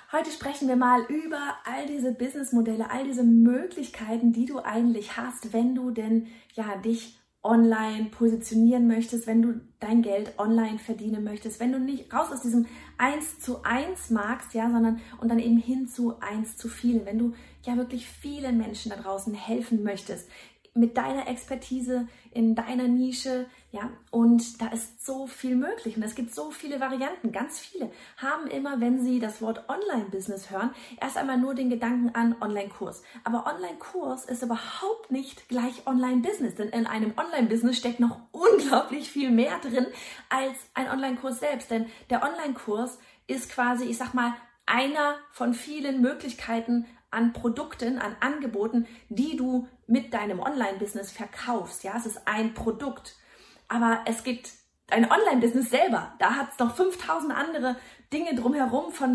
Heute sprechen wir mal über all diese Businessmodelle, all diese Möglichkeiten, die du eigentlich hast, wenn du denn dich online positionieren möchtest, wenn du dein Geld online verdienen möchtest, wenn du nicht raus aus diesem 1:1 magst, sondern und dann eben hin zu 1:vielen, wenn du wirklich vielen Menschen da draußen helfen möchtest, mit deiner Expertise in deiner Nische, und da ist so viel möglich und es gibt so viele Varianten. Ganz viele haben immer, wenn sie das Wort Online-Business hören, erst einmal nur den Gedanken an Online-Kurs. Aber Online-Kurs ist überhaupt nicht gleich Online-Business, denn in einem Online-Business steckt noch unglaublich viel mehr drin als ein Online-Kurs selbst. Denn der Online-Kurs ist quasi, ich sag mal, einer von vielen Möglichkeiten an Produkten, an Angeboten, die du mit deinem Online-Business verkaufst. Ja, es ist ein Produkt. Aber es gibt ein Online-Business selber. Da hat es noch 5000 andere Dinge drumherum von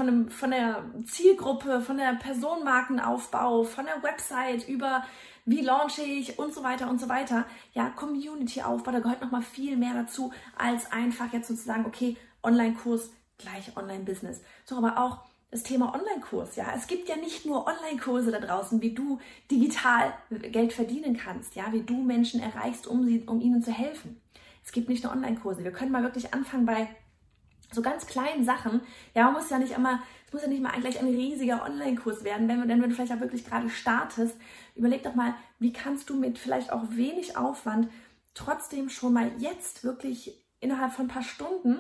der Zielgruppe, von der Personenmarkenaufbau, von der Website über wie launche ich und so weiter und so weiter. Ja, Community-Aufbau, da gehört nochmal viel mehr dazu, als einfach jetzt sozusagen, okay, Online-Kurs gleich Online-Business. So, aber auch das Thema Online-Kurs, es gibt ja nicht nur Online-Kurse da draußen, wie du digital Geld verdienen kannst, wie du Menschen erreichst, um ihnen zu helfen. Es gibt nicht nur Online-Kurse. Wir können mal wirklich anfangen bei so ganz kleinen Sachen. Ja, es muss ja nicht mal gleich ein riesiger Online-Kurs werden, wenn du vielleicht auch wirklich gerade startest. Überleg doch mal, wie kannst du mit vielleicht auch wenig Aufwand trotzdem schon mal jetzt wirklich innerhalb von ein paar Stunden,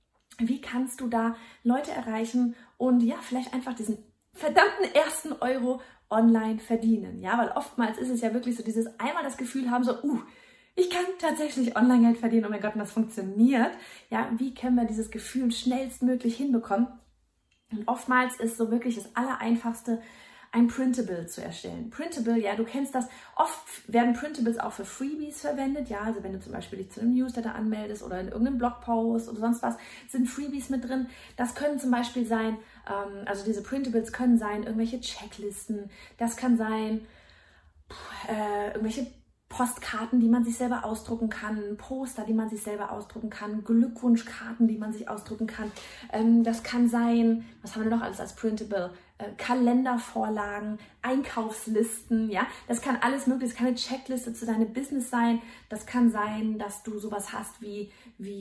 wie kannst du da Leute erreichen und vielleicht einfach diesen verdammten ersten Euro online verdienen? Ja, weil oftmals ist es ja wirklich so dieses einmal das Gefühl haben, so, ich kann tatsächlich Online-Geld verdienen, oh mein Gott, und das funktioniert. Ja, wie können wir dieses Gefühl schnellstmöglich hinbekommen? Und oftmals ist so wirklich das Allereinfachste, ein Printable zu erstellen. Printable, du kennst das. Oft werden Printables auch für Freebies verwendet. Ja, also wenn du zum Beispiel dich zu einem Newsletter anmeldest oder in irgendeinem Blogpost oder sonst was, sind Freebies mit drin. Das können zum Beispiel sein, also diese Printables können sein irgendwelche Checklisten. Das kann sein irgendwelche Postkarten, die man sich selber ausdrucken kann, Poster, die man sich selber ausdrucken kann, Glückwunschkarten, die man sich ausdrucken kann. Das kann sein, was haben wir noch alles als Printable? Kalendervorlagen, Einkaufslisten, das kann alles möglich, das kann eine Checkliste zu deinem Business sein, das kann sein, dass du sowas hast wie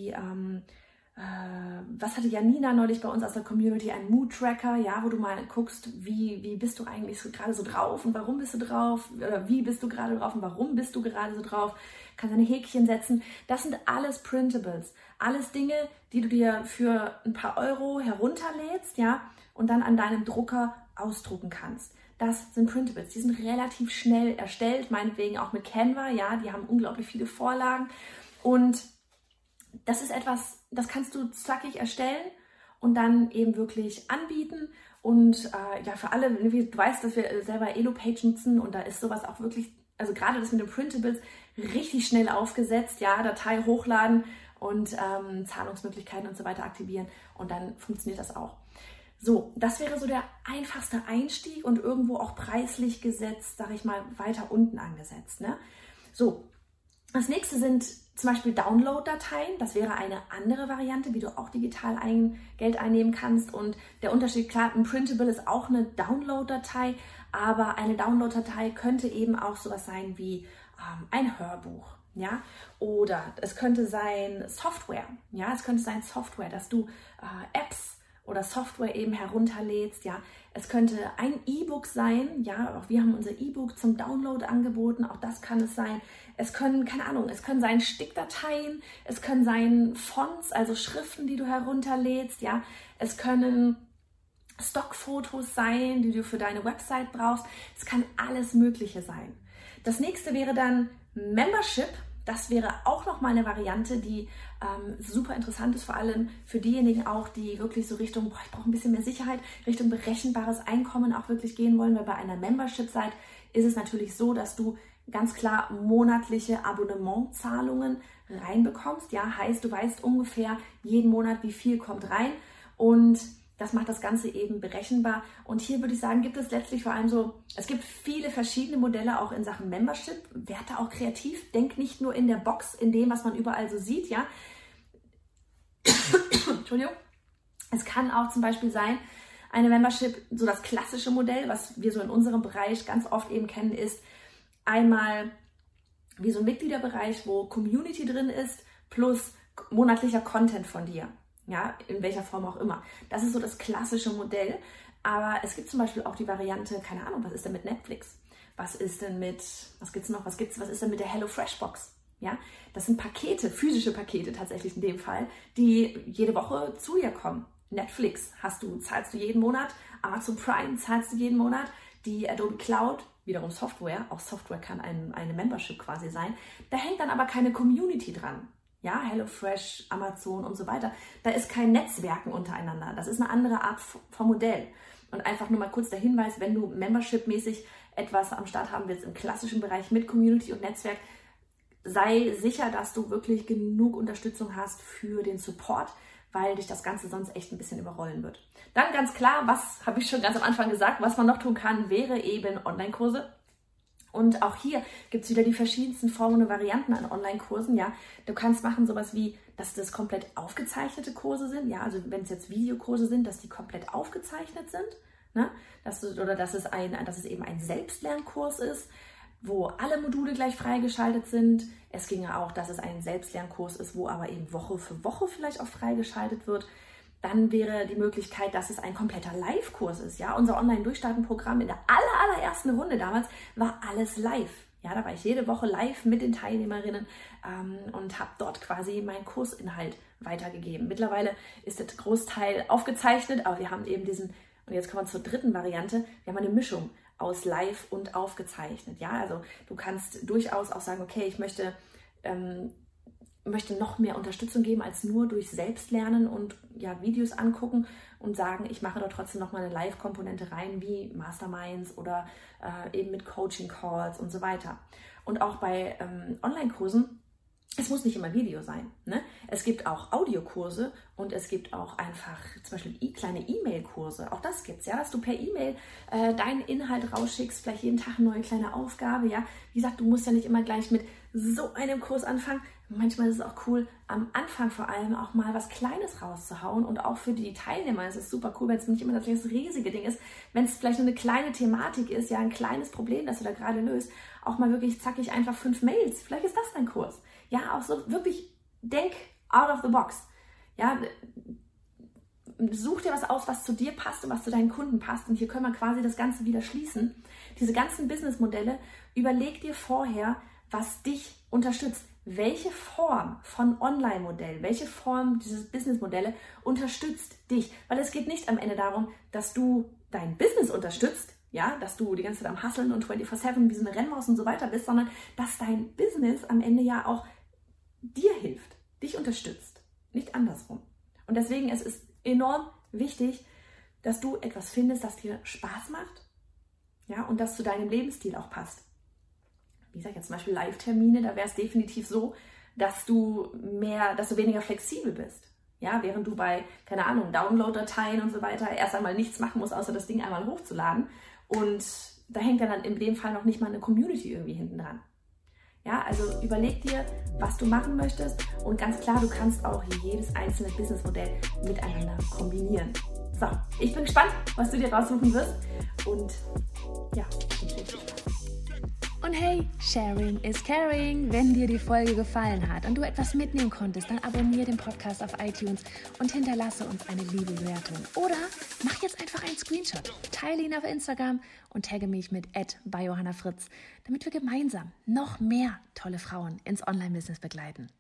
was hatte Janina neulich bei uns aus der Community, ein Mood-Tracker, wo du mal guckst, wie bist du eigentlich gerade so drauf und warum bist du drauf, oder wie bist du gerade drauf und warum bist du gerade so drauf, kannst eine Häkchen setzen. Das sind alles Printables, alles Dinge, die du dir für ein paar Euro herunterlädst, und dann an deinem Drucker ausdrucken kannst. Das sind Printables, die sind relativ schnell erstellt, meinetwegen auch mit Canva, die haben unglaublich viele Vorlagen und das ist etwas, das kannst du zackig erstellen und dann eben wirklich anbieten. Und für alle, du weißt, dass wir selber Elopage nutzen und da ist sowas auch wirklich, also gerade das mit den Printables, richtig schnell aufgesetzt. Datei hochladen und Zahlungsmöglichkeiten und so weiter aktivieren und dann funktioniert das auch. So, das wäre so der einfachste Einstieg und irgendwo auch preislich gesetzt, sage ich mal, weiter unten angesetzt. Ne? So, das nächste sind zum Beispiel Download-Dateien. Das wäre eine andere Variante, wie du auch digital Geld einnehmen kannst. Und der Unterschied, klar, ein Printable ist auch eine Download-Datei, aber eine Download-Datei könnte eben auch sowas sein wie ein Hörbuch. Oder es könnte sein Software. Es könnte sein Software, dass du Apps oder Software eben herunterlädst, Es könnte ein E-Book sein, auch wir haben unser E-Book zum Download angeboten, auch das kann es sein. Es können, es können sein Stickdateien, es können sein Fonts, also Schriften, die du herunterlädst, Es können Stockfotos sein, die du für deine Website brauchst. Es kann alles Mögliche sein. Das nächste wäre dann Membership. Das wäre auch nochmal eine Variante, die super interessant ist, vor allem für diejenigen auch, die wirklich so Richtung, ich brauche ein bisschen mehr Sicherheit, Richtung berechenbares Einkommen auch wirklich gehen wollen, weil bei einer Membership-Seite ist es natürlich so, dass du ganz klar monatliche Abonnementzahlungen reinbekommst. Heißt, du weißt ungefähr jeden Monat, wie viel kommt rein und das macht das Ganze eben berechenbar. Und hier würde ich sagen, gibt es letztlich vor allem so, es gibt viele verschiedene Modelle auch in Sachen Membership. Werde auch kreativ, denk nicht nur in der Box, in dem, was man überall so sieht, Entschuldigung. Es kann auch zum Beispiel sein, eine Membership, so das klassische Modell, was wir so in unserem Bereich ganz oft eben kennen, ist einmal wie so ein Mitgliederbereich, wo Community drin ist, plus monatlicher Content von dir. Ja, in welcher Form auch immer. Das ist so das klassische Modell. Aber es gibt zum Beispiel auch die Variante, keine Ahnung, was ist denn mit Netflix? Was ist denn mit, was gibt's noch? Was ist denn mit der HelloFresh Box? Ja, das sind Pakete, physische Pakete tatsächlich in dem Fall, die jede Woche zu dir kommen. Netflix zahlst du jeden Monat, Amazon Prime zahlst du jeden Monat, die Adobe Cloud, wiederum Software, auch Software kann eine Membership quasi sein. Da hängt dann aber keine Community dran. Ja, HelloFresh, Amazon und so weiter. Da ist kein Netzwerken untereinander. Das ist eine andere Art von Modell. Und einfach nur mal kurz der Hinweis, wenn du Membership-mäßig etwas am Start haben willst im klassischen Bereich mit Community und Netzwerk, sei sicher, dass du wirklich genug Unterstützung hast für den Support, weil dich das Ganze sonst echt ein bisschen überrollen wird. Dann ganz klar, was habe ich schon ganz am Anfang gesagt, was man noch tun kann, wäre eben Online-Kurse. Und auch hier gibt es wieder die verschiedensten Formen und Varianten an Online-Kursen. Ja, du kannst machen sowas wie, dass das komplett aufgezeichnete Kurse sind. Ja, also wenn es jetzt Videokurse sind, dass die komplett aufgezeichnet sind. Ne? Dass es eben ein Selbstlernkurs ist, wo alle Module gleich freigeschaltet sind. Es ginge auch, dass es ein Selbstlernkurs ist, wo aber eben Woche für Woche vielleicht auch freigeschaltet wird. Dann wäre die Möglichkeit, dass es ein kompletter Live-Kurs ist. Ja, unser Online-Durchstarten-Programm in der allerersten Runde damals war alles live. Ja, da war ich jede Woche live mit den Teilnehmerinnen und habe dort quasi meinen Kursinhalt weitergegeben. Mittlerweile ist der Großteil aufgezeichnet, aber wir haben eben und jetzt kommen wir zur dritten Variante, wir haben eine Mischung aus live und aufgezeichnet. Ja, also du kannst durchaus auch sagen, okay, ich möchte noch mehr Unterstützung geben als nur durch Selbstlernen und ja, Videos angucken und sagen, ich mache da trotzdem noch mal eine Live-Komponente rein, wie Masterminds oder eben mit Coaching-Calls und so weiter. Und auch bei Online-Kursen, es muss nicht immer Video sein. Ne? Es gibt auch Audiokurse und es gibt auch einfach zum Beispiel kleine E-Mail-Kurse. Auch das gibt es, ja, dass du per E-Mail deinen Inhalt rausschickst, vielleicht jeden Tag eine neue kleine Aufgabe. Ja? Wie gesagt, du musst ja nicht immer gleich mit so einem Kurs anfangen. Manchmal ist es auch cool, am Anfang vor allem auch mal was Kleines rauszuhauen. Und auch für die Teilnehmer ist es super cool, wenn es nicht immer das riesige Ding ist. Wenn es vielleicht nur eine kleine Thematik ist, ja, ein kleines Problem, das du da gerade löst, auch mal wirklich zackig einfach 5 Mails. Vielleicht ist das dein Kurs. Ja, auch so wirklich, denk out of the box. Ja, such dir was aus, was zu dir passt und was zu deinen Kunden passt. Und hier können wir quasi das Ganze wieder schließen. Diese ganzen Businessmodelle, überleg dir vorher, was dich unterstützt. Welche Form von Online-Modell, welche Form dieses Businessmodelle unterstützt dich? Weil es geht nicht am Ende darum, dass du dein Business unterstützt, ja, dass du die ganze Zeit am Hustlen und 24/7 wie so eine Rennmaus und so weiter bist, sondern dass dein Business am Ende ja auch dir hilft, dich unterstützt, nicht andersrum. Und deswegen es ist enorm wichtig, dass du etwas findest, das dir Spaß macht, ja, und das zu deinem Lebensstil auch passt. Wie gesagt, jetzt zum Beispiel Live-Termine, da wäre es definitiv so, dass du weniger flexibel bist. Ja, während du bei, keine Ahnung, Download-Dateien und so weiter erst einmal nichts machen musst, außer das Ding einmal hochzuladen. Und da hängt dann in dem Fall noch nicht mal eine Community irgendwie hinten dran. Ja, also überleg dir, was du machen möchtest und ganz klar, du kannst auch jedes einzelne Businessmodell miteinander kombinieren. So, ich bin gespannt, was du dir raussuchen wirst und ja, ich wünsche dir viel Spaß. Und hey, Sharing is Caring. Wenn dir die Folge gefallen hat und du etwas mitnehmen konntest, dann abonniere den Podcast auf iTunes und hinterlasse uns eine liebe Bewertung. Oder mach jetzt einfach einen Screenshot, teile ihn auf Instagram und tagge mich mit @byjohannafritz, damit wir gemeinsam noch mehr tolle Frauen ins Online-Business begleiten.